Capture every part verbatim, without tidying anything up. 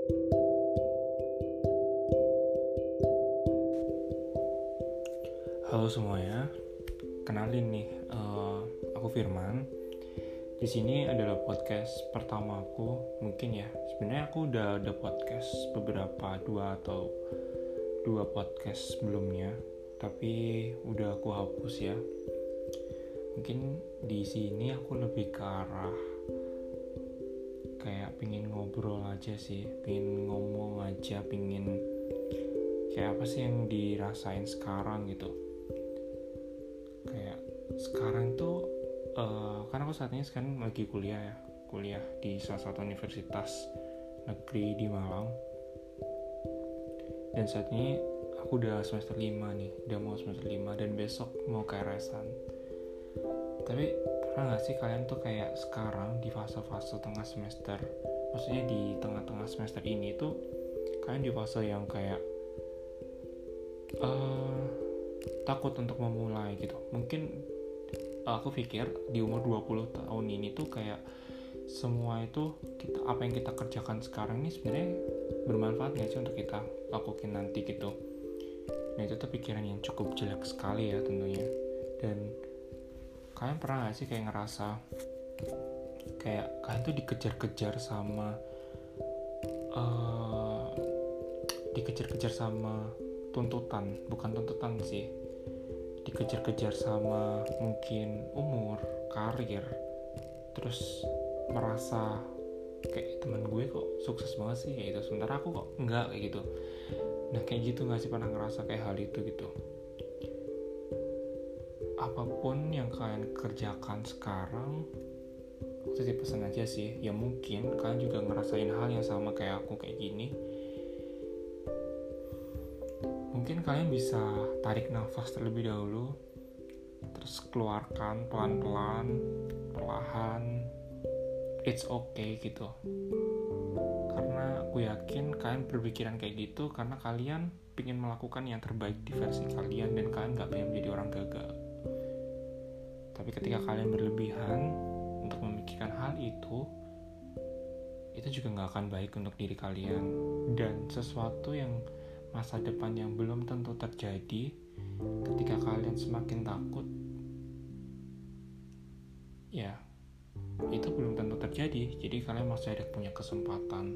Halo semuanya, kenalin nih, uh, aku Firman. Di sini adalah podcast pertama aku, mungkin ya. Sebenarnya aku udah ada podcast beberapa dua atau dua podcast sebelumnya, tapi udah aku hapus ya. Mungkin di sini aku lebih ke arah kayak pingin ngobrol aja sih, pingin ngomong aja, pingin kayak apa sih yang dirasain sekarang gitu. Kayak sekarang tuh uh, kan aku saat ini sekarang lagi kuliah ya, kuliah di salah satu universitas negeri di Malang. Dan saat ini aku udah semester lima nih, udah mau semester lima dan besok mau ke R S-an. Tapi pernah gak sih kalian tuh kayak sekarang di fase-fase tengah semester, maksudnya di tengah-tengah semester ini tuh kalian di fase yang kayak uh, takut untuk memulai gitu. Mungkin aku pikir di umur dua puluh tahun ini tuh kayak semua itu kita, apa yang kita kerjakan sekarang ini sebenarnya bermanfaat gak sih untuk kita lakukan nanti gitu. Nah itu tuh pikiran yang cukup jelek sekali ya tentunya. Dan kalian pernah gak sih kayak ngerasa kayak kalian tuh dikejar-kejar sama uh, dikejar-kejar sama tuntutan, bukan tuntutan sih, dikejar-kejar sama mungkin umur, karir, terus merasa kayak teman gue kok sukses banget sih kayak gitu, sementara aku kok enggak kayak gitu. Nah kayak gitu gak sih pernah ngerasa kayak hal itu gitu? Apapun yang kalian kerjakan sekarang, aku sih pesan aja sih, ya mungkin kalian juga ngerasain hal yang sama kayak aku kayak gini. Mungkin kalian bisa tarik nafas terlebih dahulu, terus keluarkan pelan-pelan, perlahan. It's okay gitu. Karena aku yakin kalian berpikiran kayak gitu karena kalian pengen melakukan yang terbaik di versi kalian dan kalian gak pengen menjadi orang gagal. Tapi ketika kalian berlebihan untuk memikirkan hal itu, itu juga gak akan baik untuk diri kalian. Dan sesuatu yang masa depan yang belum tentu terjadi, ketika kalian semakin takut, ya itu belum tentu terjadi. Jadi kalian masih ada punya kesempatan.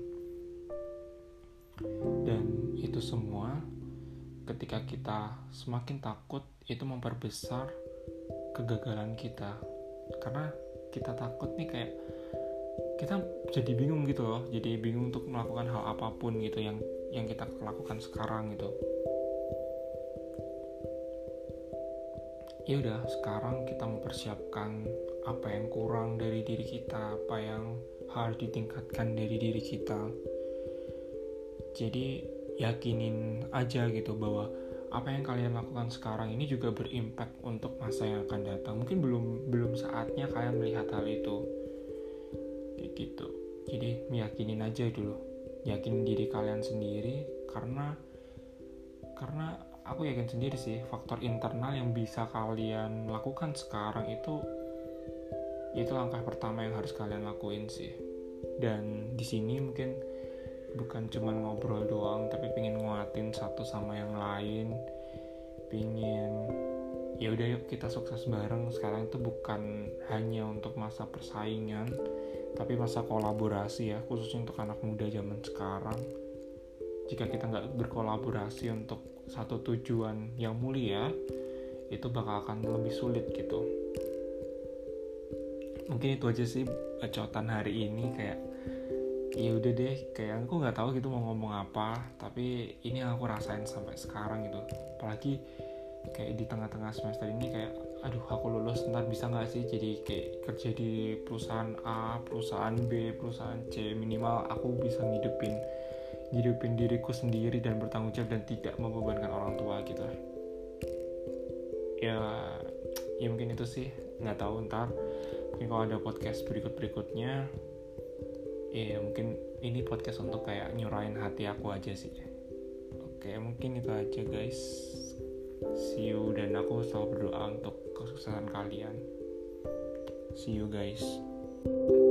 Dan itu semua ketika kita semakin takut, itu memperbesar kegagalan kita. Karena kita takut nih kayak kita jadi bingung gitu loh, jadi bingung untuk melakukan hal apapun gitu yang yang kita lakukan sekarang gitu. Ya udah, sekarang kita mempersiapkan apa yang kurang dari diri kita, apa yang harus ditingkatkan dari diri kita. Jadi yakinin aja gitu bahwa apa yang kalian lakukan sekarang ini juga berimpact untuk masa yang akan datang. Mungkin belum belum saatnya kalian melihat hal itu kayak gitu. Jadi meyakinin aja dulu, yakinin diri kalian sendiri. Karena karena aku yakin sendiri sih, faktor internal yang bisa kalian lakukan sekarang itu itu langkah pertama yang harus kalian lakuin sih. Dan di sini mungkin bukan cuma ngobrol doang, tapi pengen nguatin satu sama yang lain. Pengen ya udah yuk kita sukses bareng. Sekarang itu bukan hanya untuk masa persaingan, tapi masa kolaborasi ya, khususnya untuk anak muda zaman sekarang. Jika kita nggak berkolaborasi untuk satu tujuan yang mulia, itu bakal akan lebih sulit gitu. Mungkin itu aja sih bacotan hari ini. Kayak ya udah deh, kayak aku nggak tahu gitu mau ngomong apa, tapi ini yang aku rasain sampai sekarang gitu. Apalagi kayak di tengah-tengah semester ini kayak aduh, aku lulus ntar bisa nggak sih jadi kayak kerja di perusahaan A, perusahaan B, perusahaan C, minimal aku bisa ngidupin ngidupin diriku sendiri dan bertanggung jawab dan tidak membebankan orang tua gitu. Ya ya mungkin itu sih, nggak tahu ntar mungkin kalau ada podcast berikut-berikutnya, ya mungkin ini podcast untuk kayak nyurahin hati aku aja sih. Oke, mungkin itu aja guys. See you, dan aku selalu berdoa untuk kesuksesan kalian. See you guys.